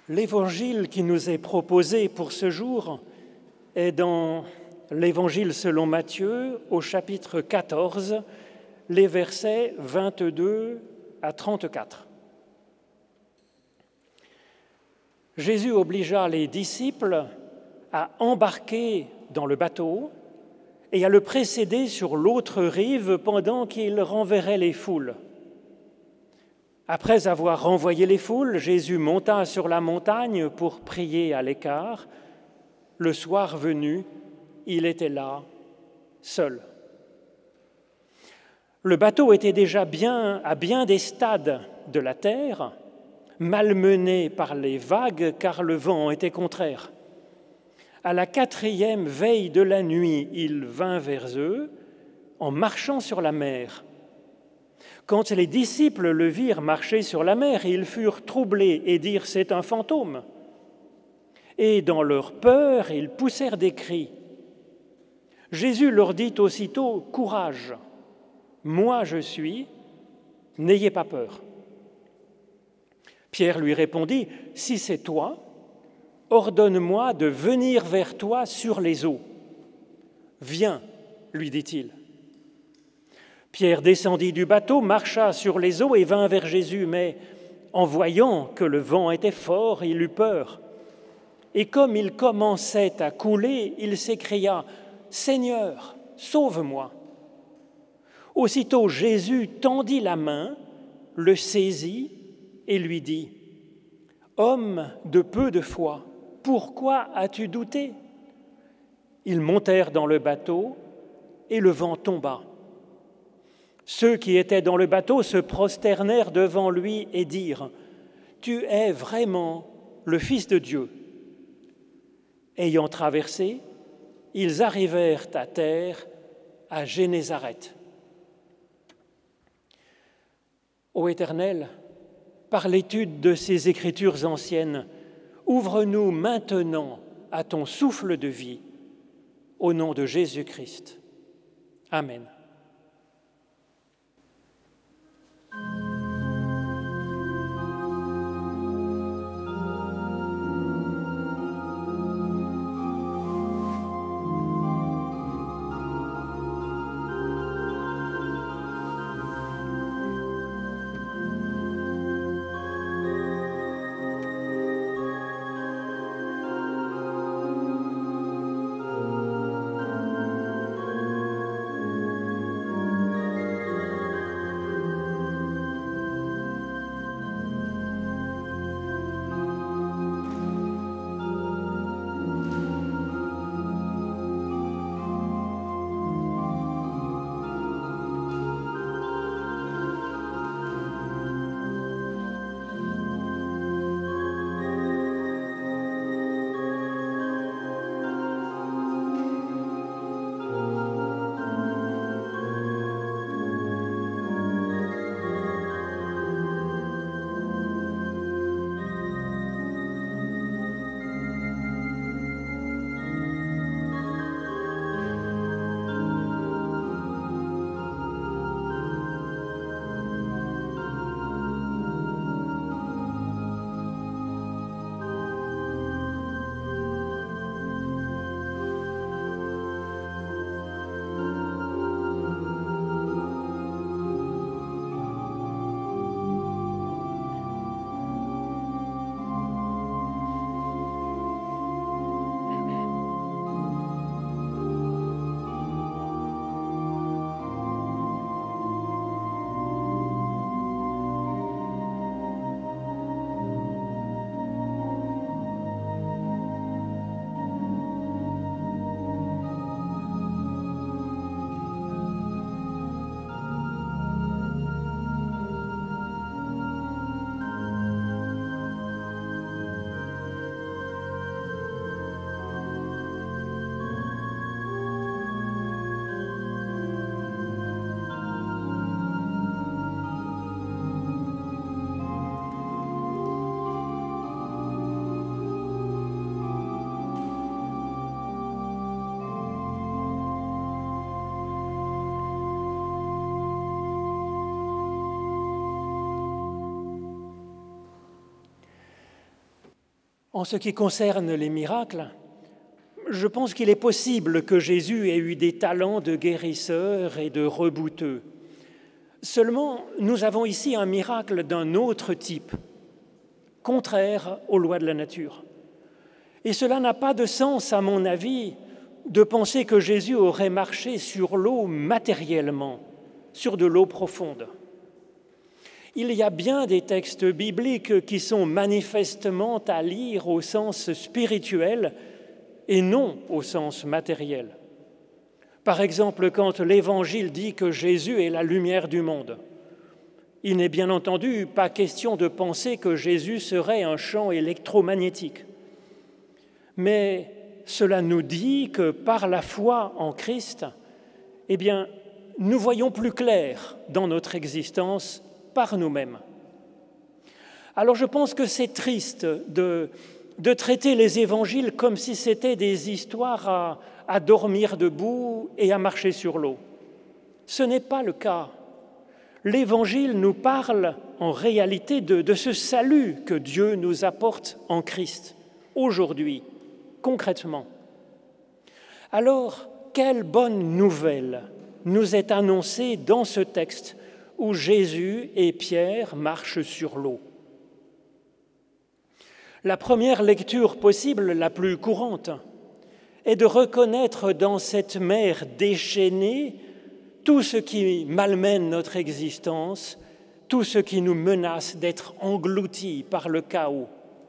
L'évangile qui nous est proposé pour ce jour est dans l'Évangile selon Matthieu au chapitre 14, les versets 22 à 34. Jésus obligea les disciples à embarquer dans le bateau et à le précéder sur l'autre rive pendant qu'il renverrait les foules. Après avoir renvoyé les foules, Jésus monta sur la montagne pour prier à l'écart. Le soir venu, il était là, seul. Le bateau était déjà à bien des stades de la terre, malmené par les vagues car le vent était contraire. À la 4e veille de la nuit, il vint vers eux en marchant sur la mer. Quand les disciples le virent marcher sur la mer, ils furent troublés et dirent « c'est un fantôme ». Et dans leur peur, ils poussèrent des cris. Jésus leur dit aussitôt « Courage, moi je suis, n'ayez pas peur ». Pierre lui répondit « Si c'est toi, ordonne-moi de venir vers toi sur les eaux. » « Viens, lui dit-il. Pierre descendit du bateau, marcha sur les eaux et vint vers Jésus, mais en voyant que le vent était fort, il eut peur. Et comme il commençait à couler, il s'écria « Seigneur, sauve-moi !» Aussitôt Jésus tendit la main, le saisit et lui dit « Homme de peu de foi, pourquoi as-tu douté ?» Ils montèrent dans le bateau et le vent tomba. Ceux qui étaient dans le bateau se prosternèrent devant lui et dirent « Tu es vraiment le Fils de Dieu !» Ayant traversé, ils arrivèrent à terre à Génézareth. Ô Éternel, par l'étude de ces Écritures anciennes, ouvre-nous maintenant à ton souffle de vie, au nom de Jésus-Christ. Amen. En ce qui concerne les miracles, je pense qu'il est possible que Jésus ait eu des talents de guérisseur et de rebouteux. Seulement, nous avons ici un miracle d'un autre type, contraire aux lois de la nature. Et cela n'a pas de sens, à mon avis, de penser que Jésus aurait marché sur l'eau matériellement, sur de l'eau profonde. Il y a bien des textes bibliques qui sont manifestement à lire au sens spirituel et non au sens matériel. Par exemple, quand l'Évangile dit que Jésus est la lumière du monde, il n'est bien entendu pas question de penser que Jésus serait un champ électromagnétique. Mais cela nous dit que par la foi en Christ, nous voyons plus clair dans notre existence par nous-mêmes. Alors je pense que c'est triste de traiter les évangiles comme si c'était des histoires à dormir debout et à marcher sur l'eau. Ce n'est pas le cas. L'Évangile nous parle en réalité de ce salut que Dieu nous apporte en Christ, aujourd'hui, concrètement. Alors, quelle bonne nouvelle nous est annoncée dans ce texte où Jésus et Pierre marchent sur l'eau. La première lecture possible, la plus courante, est de reconnaître dans cette mer déchaînée tout ce qui malmène notre existence, tout ce qui nous menace d'être engloutis par le chaos.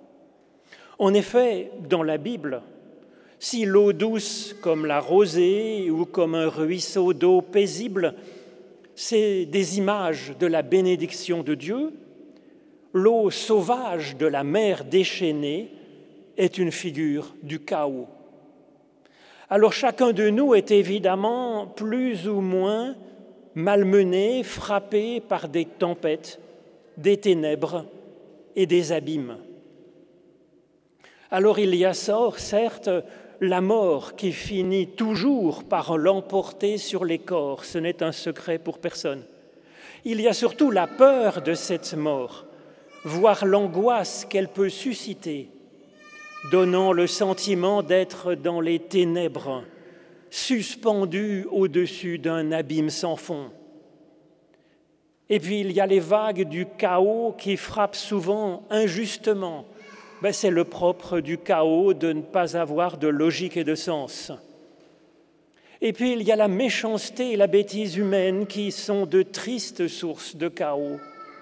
En effet, dans la Bible, si l'eau douce comme la rosée ou comme un ruisseau d'eau paisible, c'est des images de la bénédiction de Dieu, l'eau sauvage de la mer déchaînée est une figure du chaos. Alors chacun de nous est évidemment plus ou moins malmené, frappé par des tempêtes, des ténèbres et des abîmes. Alors il y a certes la mort qui finit toujours par l'emporter sur les corps, ce n'est un secret pour personne. Il y a surtout la peur de cette mort, voire l'angoisse qu'elle peut susciter, donnant le sentiment d'être dans les ténèbres, suspendu au-dessus d'un abîme sans fond. Et puis il y a les vagues du chaos qui frappent souvent injustement. C'est le propre du chaos de ne pas avoir de logique et de sens. Et puis il y a la méchanceté et la bêtise humaine qui sont de tristes sources de chaos.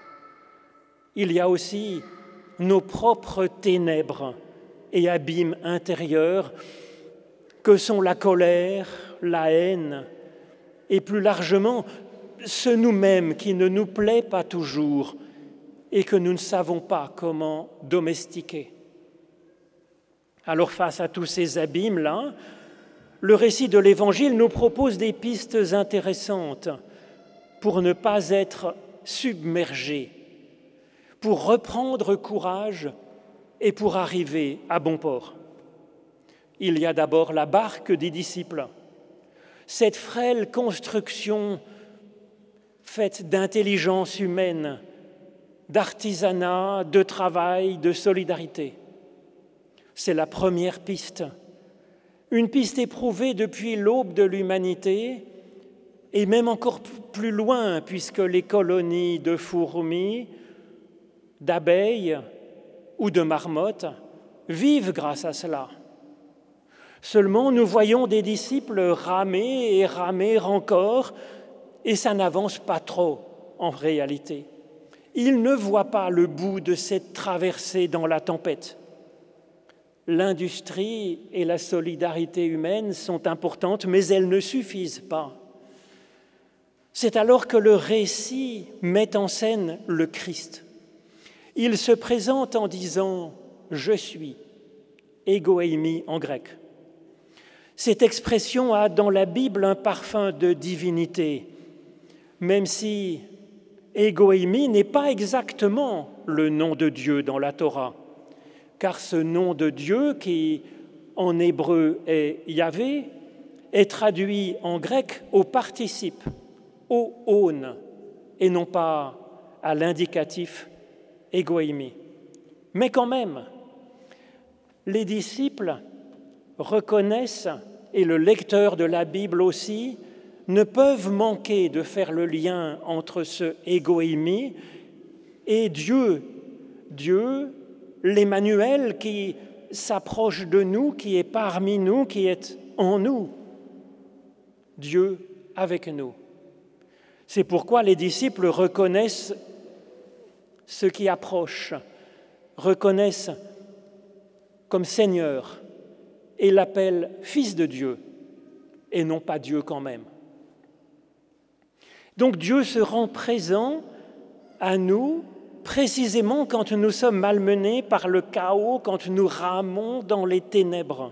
Il y a aussi nos propres ténèbres et abîmes intérieurs que sont la colère, la haine et plus largement ce nous-mêmes qui ne nous plaît pas toujours et que nous ne savons pas comment domestiquer. Alors face à tous ces abîmes-là, le récit de l'Évangile nous propose des pistes intéressantes pour ne pas être submergés, pour reprendre courage et pour arriver à bon port. Il y a d'abord la barque des disciples, cette frêle construction faite d'intelligence humaine, d'artisanat, de travail, de solidarité. C'est la première piste, une piste éprouvée depuis l'aube de l'humanité et même encore plus loin puisque les colonies de fourmis, d'abeilles ou de marmottes vivent grâce à cela. Seulement, nous voyons des disciples ramer et ramer encore et ça n'avance pas trop en réalité. Ils ne voient pas le bout de cette traversée dans la tempête. L'industrie et la solidarité humaine sont importantes, mais elles ne suffisent pas. C'est alors que le récit met en scène le Christ. Il se présente en disant « Je suis », ego eimi en grec. Cette expression a dans la Bible un parfum de divinité, même si ego eimi n'est pas exactement le nom de Dieu dans la Torah, car ce nom de Dieu, qui en hébreu est Yahvé, est traduit en grec au participe, au on, et non pas à l'indicatif ego eimi. Mais quand même, Les disciples reconnaissent, et le lecteur de la Bible aussi, ne peuvent manquer de faire le lien entre ce ego eimi et Dieu, l'Emmanuel qui s'approche de nous, qui est parmi nous, qui est en nous. Dieu avec nous. C'est pourquoi les disciples reconnaissent ce qui approche, reconnaissent comme Seigneur et l'appellent Fils de Dieu et non pas Dieu quand même. Donc Dieu se rend présent à nous précisément quand nous sommes malmenés par le chaos, quand nous ramons dans les ténèbres.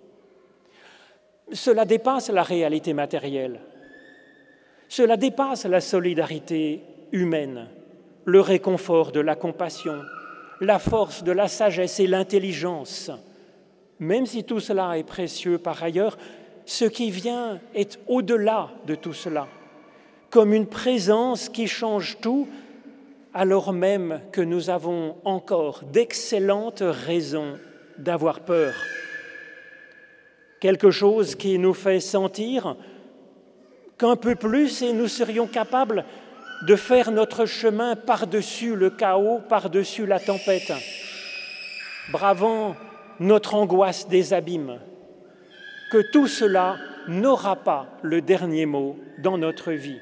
Cela dépasse la réalité matérielle. Cela dépasse la solidarité humaine, le réconfort de la compassion, la force de la sagesse et l'intelligence. Même si tout cela est précieux par ailleurs, ce qui vient est au-delà de tout cela, comme une présence qui change tout, alors même que nous avons encore d'excellentes raisons d'avoir peur. Quelque chose qui nous fait sentir qu'un peu plus et nous serions capables de faire notre chemin par-dessus le chaos, par-dessus la tempête, bravant notre angoisse des abîmes, que tout cela n'aura pas le dernier mot dans notre vie.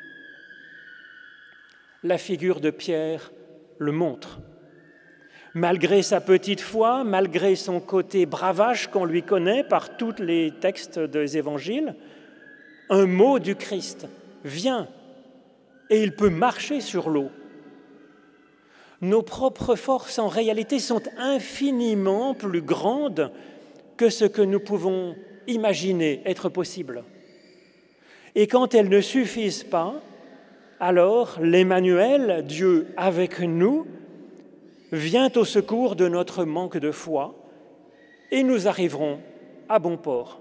La figure de Pierre le montre. Malgré sa petite foi, malgré son côté bravache qu'on lui connaît par tous les textes des évangiles, un mot du Christ vient et il peut marcher sur l'eau. Nos propres forces, en réalité, sont infiniment plus grandes que ce que nous pouvons imaginer être possible. Et quand elles ne suffisent pas, alors l'Emmanuel, Dieu avec nous, vient au secours de notre manque de foi et nous arriverons à bon port.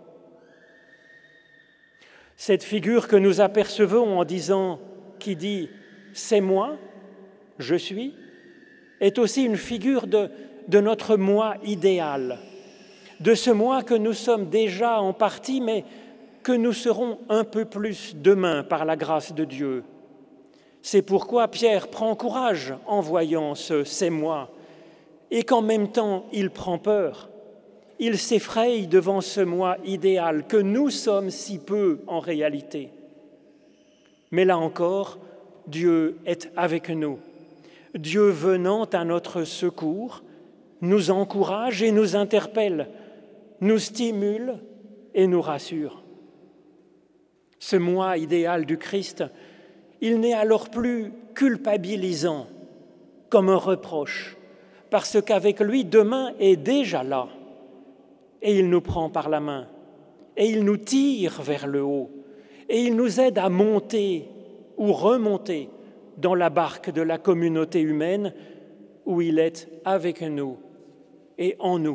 Cette figure que nous apercevons en disant, qui dit « c'est moi, je suis », est aussi une figure de notre moi idéal, de ce moi que nous sommes déjà en partie, mais que nous serons un peu plus demain par la grâce de Dieu. C'est pourquoi Pierre prend courage en voyant ce « c'est moi » et qu'en même temps il prend peur. Il s'effraie devant ce moi idéal que nous sommes si peu en réalité. Mais là encore, Dieu est avec nous. Dieu venant à notre secours nous encourage et nous interpelle, nous stimule et nous rassure. Ce moi idéal du Christ, il n'est alors plus culpabilisant comme un reproche, parce qu'avec lui, demain est déjà là. Et il nous prend par la main, et il nous tire vers le haut, et il nous aide à monter ou remonter dans la barque de la communauté humaine où il est avec nous et en nous.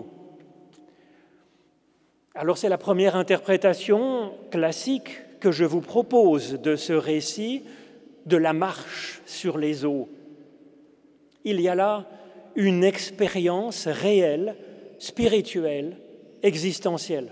Alors c'est la première interprétation classique que je vous propose de ce récit de la marche sur les eaux. Il y a là une expérience réelle, spirituelle, existentielle.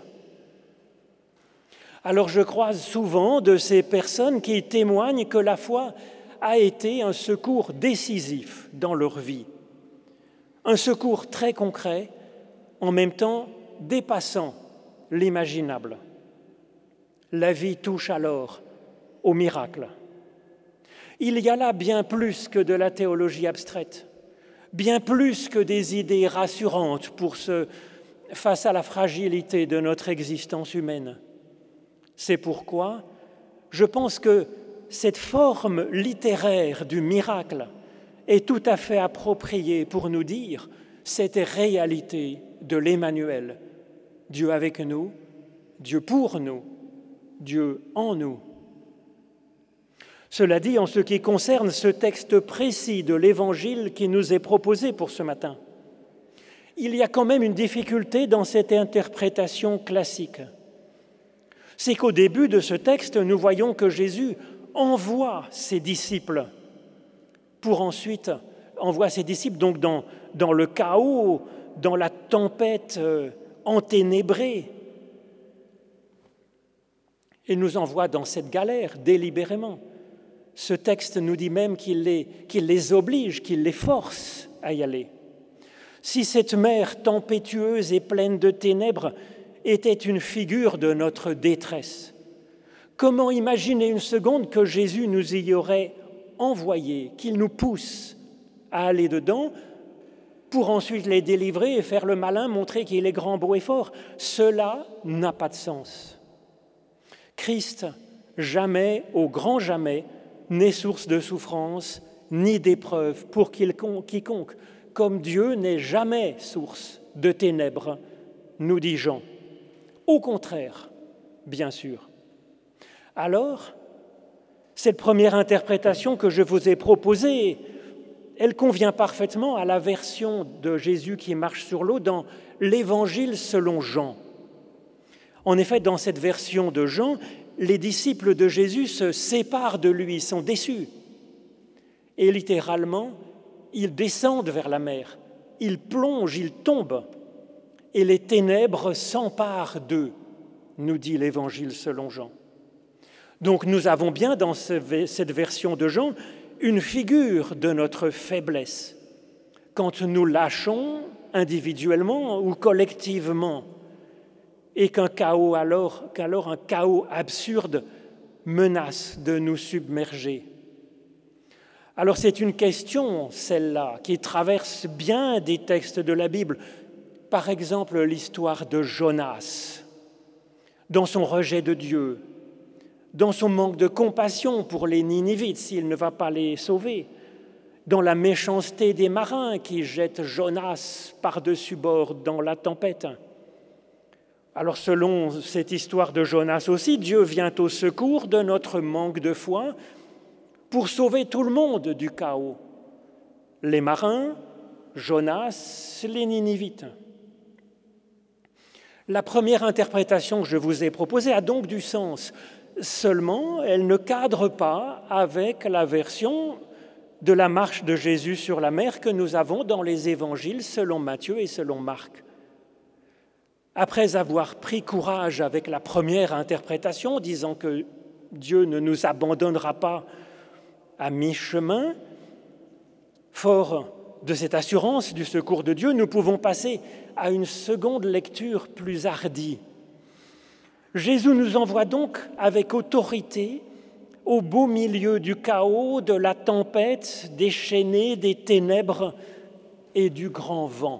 Alors je croise souvent de ces personnes qui témoignent que la foi a été un secours décisif dans leur vie, un secours très concret, en même temps dépassant l'imaginable. La vie touche alors au miracle. Il y a là bien plus que de la théologie abstraite, bien plus que des idées rassurantes face à la fragilité de notre existence humaine. C'est pourquoi je pense que cette forme littéraire du miracle est tout à fait appropriée pour nous dire cette réalité de l'Emmanuel, Dieu avec nous, Dieu pour nous, Dieu en nous. Cela dit, en ce qui concerne ce texte précis de l'Évangile qui nous est proposé pour ce matin, il y a quand même une difficulté dans cette interprétation classique. C'est qu'au début de ce texte, nous voyons que Jésus envoie ses disciples donc dans le chaos dans la tempête enténébrée et nous envoie dans cette galère délibérément. Ce texte nous dit même qu'il les oblige, qu'il les force à y aller. Si cette mer tempétueuse et pleine de ténèbres était une figure de notre détresse, comment imaginer une seconde que Jésus nous y aurait envoyé, qu'il nous pousse à aller dedans pour ensuite les délivrer et faire le malin, montrer qu'il est grand, beau et fort? Cela n'a pas de sens. Christ, jamais, au grand jamais, n'est source de souffrance ni d'épreuve pour quiconque, comme Dieu n'est jamais source de ténèbres, nous dit Jean. Au contraire, bien sûr. Alors, cette première interprétation que je vous ai proposée, elle convient parfaitement à la version de Jésus qui marche sur l'eau dans l'Évangile selon Jean. En effet, dans cette version de Jean, les disciples de Jésus se séparent de lui, sont déçus. Et littéralement, ils descendent vers la mer, ils plongent, ils tombent, et les ténèbres s'emparent d'eux, nous dit l'Évangile selon Jean. Donc nous avons bien dans cette version de Jean une figure de notre faiblesse, quand nous lâchons individuellement ou collectivement, et qu'un chaos un chaos absurde menace de nous submerger. Alors c'est une question, celle-là, qui traverse bien des textes de la Bible. Par exemple, l'histoire de Jonas, dans son rejet de Dieu, dans son manque de compassion pour les Ninivites s'il ne va pas les sauver, dans la méchanceté des marins qui jettent Jonas par-dessus bord dans la tempête. Alors selon cette histoire de Jonas aussi, Dieu vient au secours de notre manque de foi pour sauver tout le monde du chaos. Les marins, Jonas, les Ninivites. La première interprétation que je vous ai proposée a donc du sens. Seulement, elle ne cadre pas avec la version de la marche de Jésus sur la mer que nous avons dans les évangiles selon Matthieu et selon Marc. Après avoir pris courage avec la première interprétation, disant que Dieu ne nous abandonnera pas à mi-chemin, fort de cette assurance du secours de Dieu, nous pouvons passer à une seconde lecture plus hardie. Jésus nous envoie donc avec autorité au beau milieu du chaos, de la tempête, déchaînée, des ténèbres et du grand vent.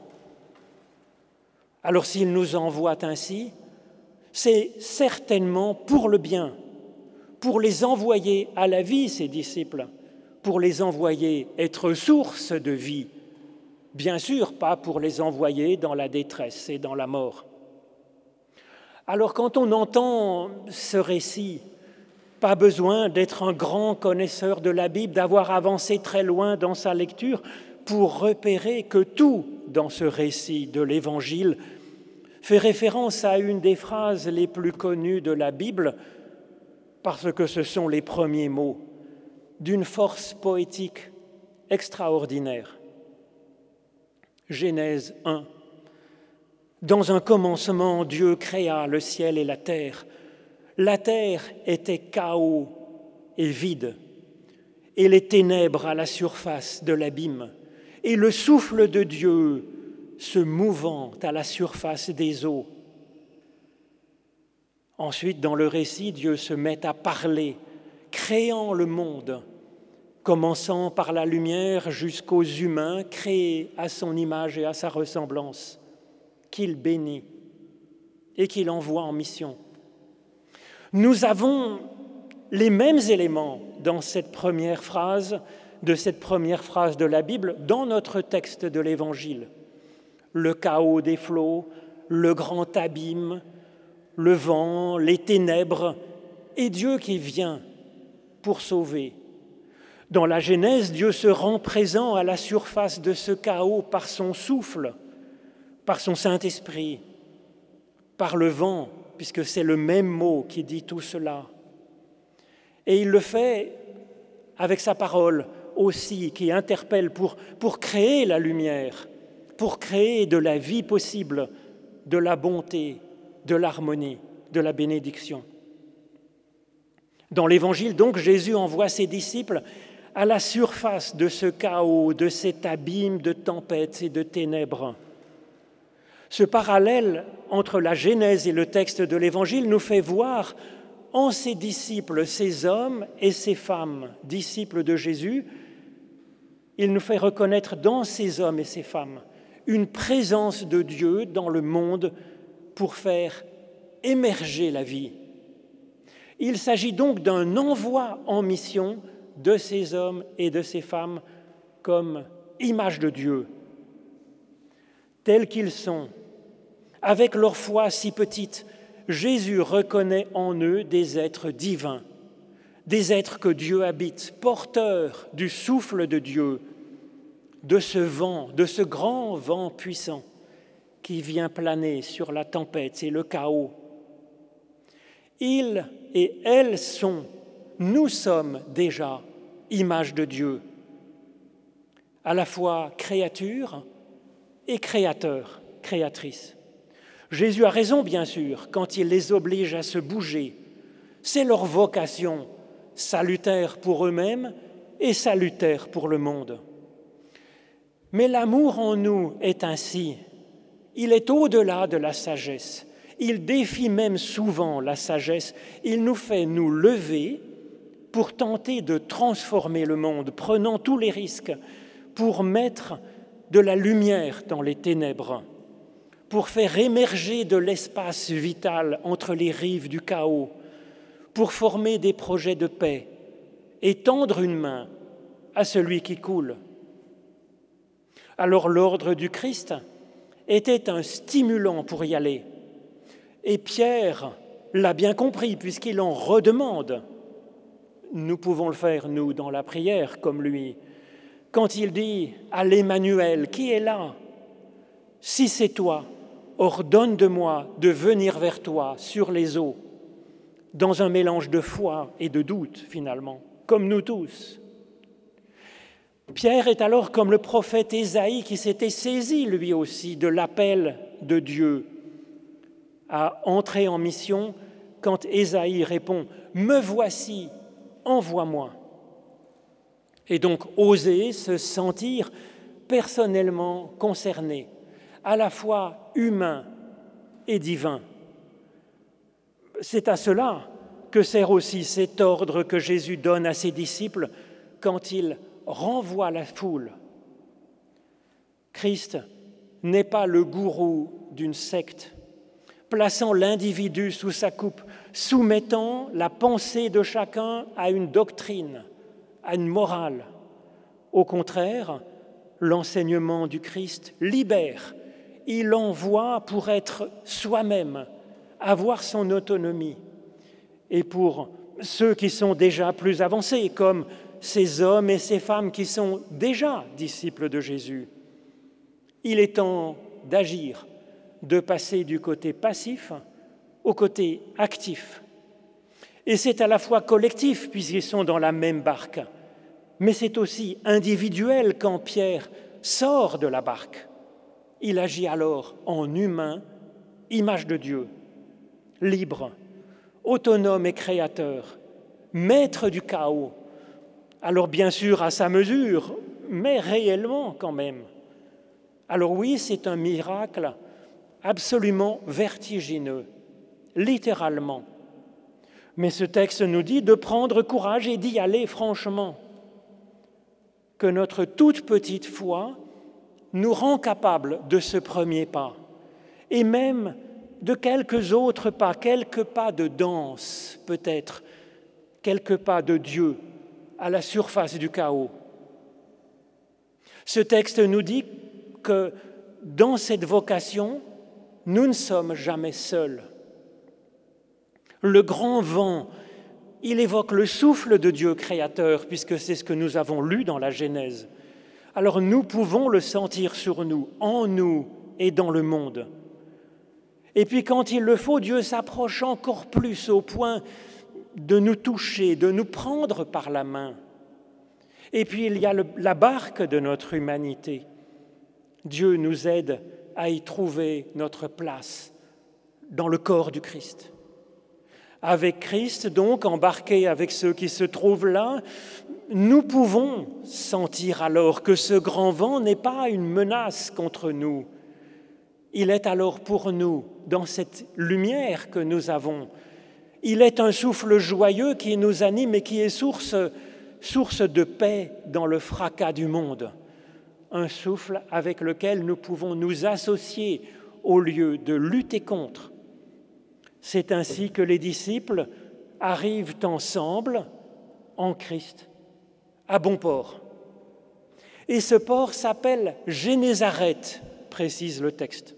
Alors s'il nous envoie ainsi, c'est certainement pour le bien, pour les envoyer à la vie, ses disciples, pour les envoyer être source de vie, bien sûr pas pour les envoyer dans la détresse et dans la mort. Alors quand on entend ce récit, pas besoin d'être un grand connaisseur de la Bible, d'avoir avancé très loin dans sa lecture pour repérer que tout dans ce récit de l'Évangile fait référence à une des phrases les plus connues de la Bible, parce que ce sont les premiers mots d'une force poétique extraordinaire. Genèse 1. Dans un commencement, Dieu créa le ciel et la terre. La terre était chaos et vide, et les ténèbres à la surface de l'abîme, et le souffle de Dieu se mouvant à la surface des eaux. Ensuite, dans le récit, Dieu se met à parler, créant le monde, commençant par la lumière jusqu'aux humains, créés à son image et à sa ressemblance, qu'il bénit et qu'il envoie en mission. Nous avons les mêmes éléments dans cette première phrase de la Bible, dans notre texte de l'Évangile. Le chaos des flots, le grand abîme, le vent, les ténèbres, et Dieu qui vient pour sauver. Dans la Genèse, Dieu se rend présent à la surface de ce chaos par son souffle, par son Saint-Esprit, par le vent, puisque c'est le même mot qui dit tout cela. Et il le fait avec sa parole aussi, qui interpelle pour créer la lumière, pour créer de la vie possible, de la bonté, de l'harmonie, de la bénédiction. Dans l'Évangile, donc, Jésus envoie ses disciples à la surface de ce chaos, de cet abîme de tempêtes et de ténèbres. Ce parallèle entre la Genèse et le texte de l'Évangile nous fait voir en ces disciples, ces hommes et ces femmes, disciples de Jésus, il nous fait reconnaître dans ces hommes et ces femmes une présence de Dieu dans le monde pour faire émerger la vie. Il s'agit donc d'un envoi en mission de ces hommes et de ces femmes comme image de Dieu. Tels qu'ils sont, avec leur foi si petite, Jésus reconnaît en eux des êtres divins, des êtres que Dieu habite, porteurs du souffle de Dieu, de ce vent, de ce grand vent puissant qui vient planer sur la tempête et le chaos. Ils et elles sont, nous sommes déjà image de Dieu, à la fois créature et créateur, créatrice. Jésus a raison, bien sûr, quand il les oblige à se bouger. C'est leur vocation, salutaire pour eux-mêmes et salutaire pour le monde. Mais l'amour en nous est ainsi. Il est au-delà de la sagesse. Il défie même souvent la sagesse. Il nous fait nous lever pour tenter de transformer le monde, prenant tous les risques pour mettre de la lumière dans les ténèbres, pour faire émerger de l'espace vital entre les rives du chaos, pour former des projets de paix et tendre une main à celui qui coule. Alors l'ordre du Christ était un stimulant pour y aller. Et Pierre l'a bien compris puisqu'il en redemande. Nous pouvons le faire, nous, dans la prière, comme lui. Quand il dit à l'Emmanuel, qui est là, « Si c'est toi, ordonne de moi de venir vers toi sur les eaux », dans un mélange de foi et de doute, finalement, comme nous tous. Pierre est alors comme le prophète Ésaïe qui s'était saisi, lui aussi, de l'appel de Dieu à entrer en mission quand Ésaïe répond « Me voici, envoie-moi ». Et donc oser se sentir personnellement concerné, à la fois humain et divin. C'est à cela que sert aussi cet ordre que Jésus donne à ses disciples quand il renvoie la foule. Christ n'est pas le gourou d'une secte, plaçant l'individu sous sa coupe, soumettant la pensée de chacun à une doctrine, à une morale. Au contraire, l'enseignement du Christ libère. Il envoie pour être soi-même, avoir son autonomie. Et pour ceux qui sont déjà plus avancés, comme ces hommes et ces femmes qui sont déjà disciples de Jésus, il est temps d'agir, de passer du côté passif au côté actif. Et c'est à la fois collectif, puisqu'ils sont dans la même barque, mais c'est aussi individuel quand Pierre sort de la barque. Il agit alors en humain, image de Dieu, libre, autonome et créateur, maître du chaos. Alors bien sûr à sa mesure, mais réellement quand même. Alors oui, c'est un miracle absolument vertigineux, littéralement. Mais ce texte nous dit de prendre courage et d'y aller franchement, que notre toute petite foi nous rend capables de ce premier pas, et même de quelques autres pas, quelques pas de danse peut-être, quelques pas de Dieu à la surface du chaos. Ce texte nous dit que dans cette vocation, nous ne sommes jamais seuls. Le grand vent, il évoque le souffle de Dieu créateur, puisque c'est ce que nous avons lu dans la Genèse. Alors nous pouvons le sentir sur nous, en nous et dans le monde. Et puis quand il le faut, Dieu s'approche encore plus au point de nous toucher, de nous prendre par la main. Et puis il y a la barque de notre humanité, Dieu nous aide à y trouver notre place dans le corps du Christ. Avec Christ, donc, embarqué avec ceux qui se trouvent là, nous pouvons sentir alors que ce grand vent n'est pas une menace contre nous. Il est alors pour nous, dans cette lumière que nous avons, il est un souffle joyeux qui nous anime et qui est source de paix dans le fracas du monde. Un souffle avec lequel nous pouvons nous associer au lieu de lutter contre. C'est ainsi que les disciples arrivent ensemble en Christ, à bon port. Et ce port s'appelle Génézareth, précise le texte.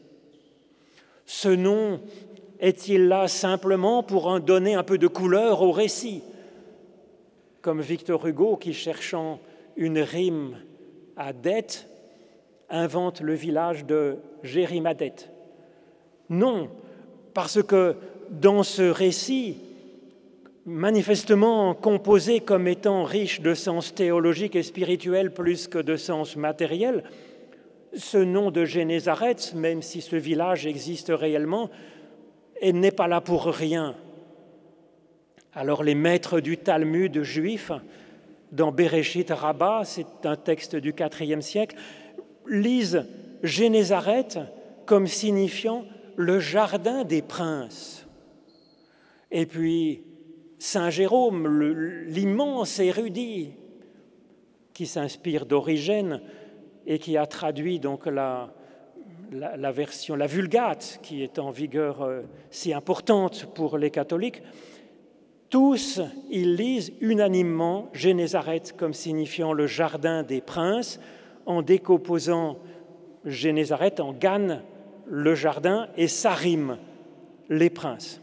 Ce nom est-il là simplement pour en donner un peu de couleur au récit, comme Victor Hugo qui, cherchant une rime à dette, invente le village de Gérimadette? Non, parce que dans ce récit, manifestement composé comme étant riche de sens théologique et spirituel plus que de sens matériel, ce nom de Génézareth, même si ce village existe réellement, n'est pas là pour rien. Alors les maîtres du Talmud juif, dans Bereshit Rabbah, c'est un texte du IVe siècle, lisent Génézareth comme signifiant le jardin des princes. Et puis Saint Jérôme, l'immense érudit, qui s'inspire d'Origène et qui a traduit donc la version, la Vulgate, qui est en vigueur si importante pour les catholiques, tous, ils lisent unanimement Génézareth comme signifiant le jardin des princes, en décomposant Génézareth en Gan, le jardin, et Sarim, les princes.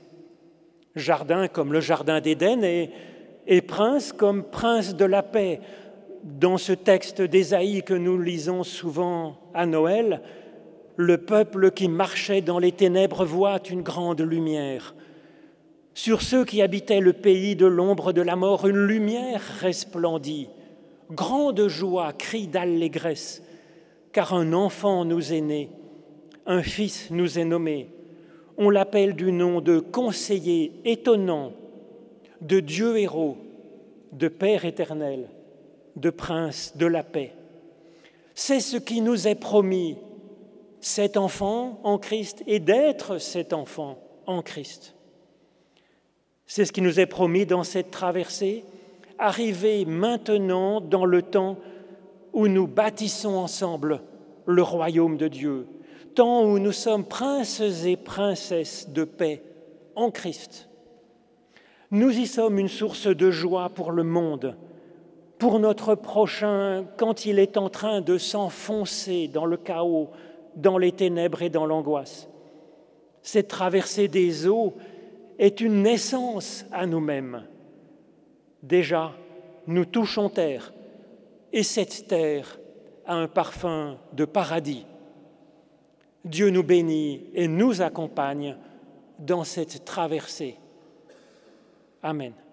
Jardin comme le jardin d'Éden et prince comme prince de la paix. Dans ce texte d'Ésaïe que nous lisons souvent à Noël, le peuple qui marchait dans les ténèbres voit une grande lumière. Sur ceux qui habitaient le pays de l'ombre de la mort, une lumière resplendit. Grande joie, cri d'allégresse, car un enfant nous est né, un fils nous est nommé. On l'appelle du nom de conseiller étonnant, de Dieu héros, de Père éternel, de Prince de la paix. C'est ce qui nous est promis, cet enfant en Christ et d'être cet enfant en Christ. C'est ce qui nous est promis dans cette traversée, arriver maintenant dans le temps où nous bâtissons ensemble le royaume de Dieu, temps où nous sommes princes et princesses de paix en Christ. Nous y sommes une source de joie pour le monde, pour notre prochain quand il est en train de s'enfoncer dans le chaos, dans les ténèbres et dans l'angoisse. Cette traversée des eaux est une naissance à nous-mêmes. Déjà, nous touchons terre, et cette terre a un parfum de paradis. Dieu nous bénit et nous accompagne dans cette traversée. Amen.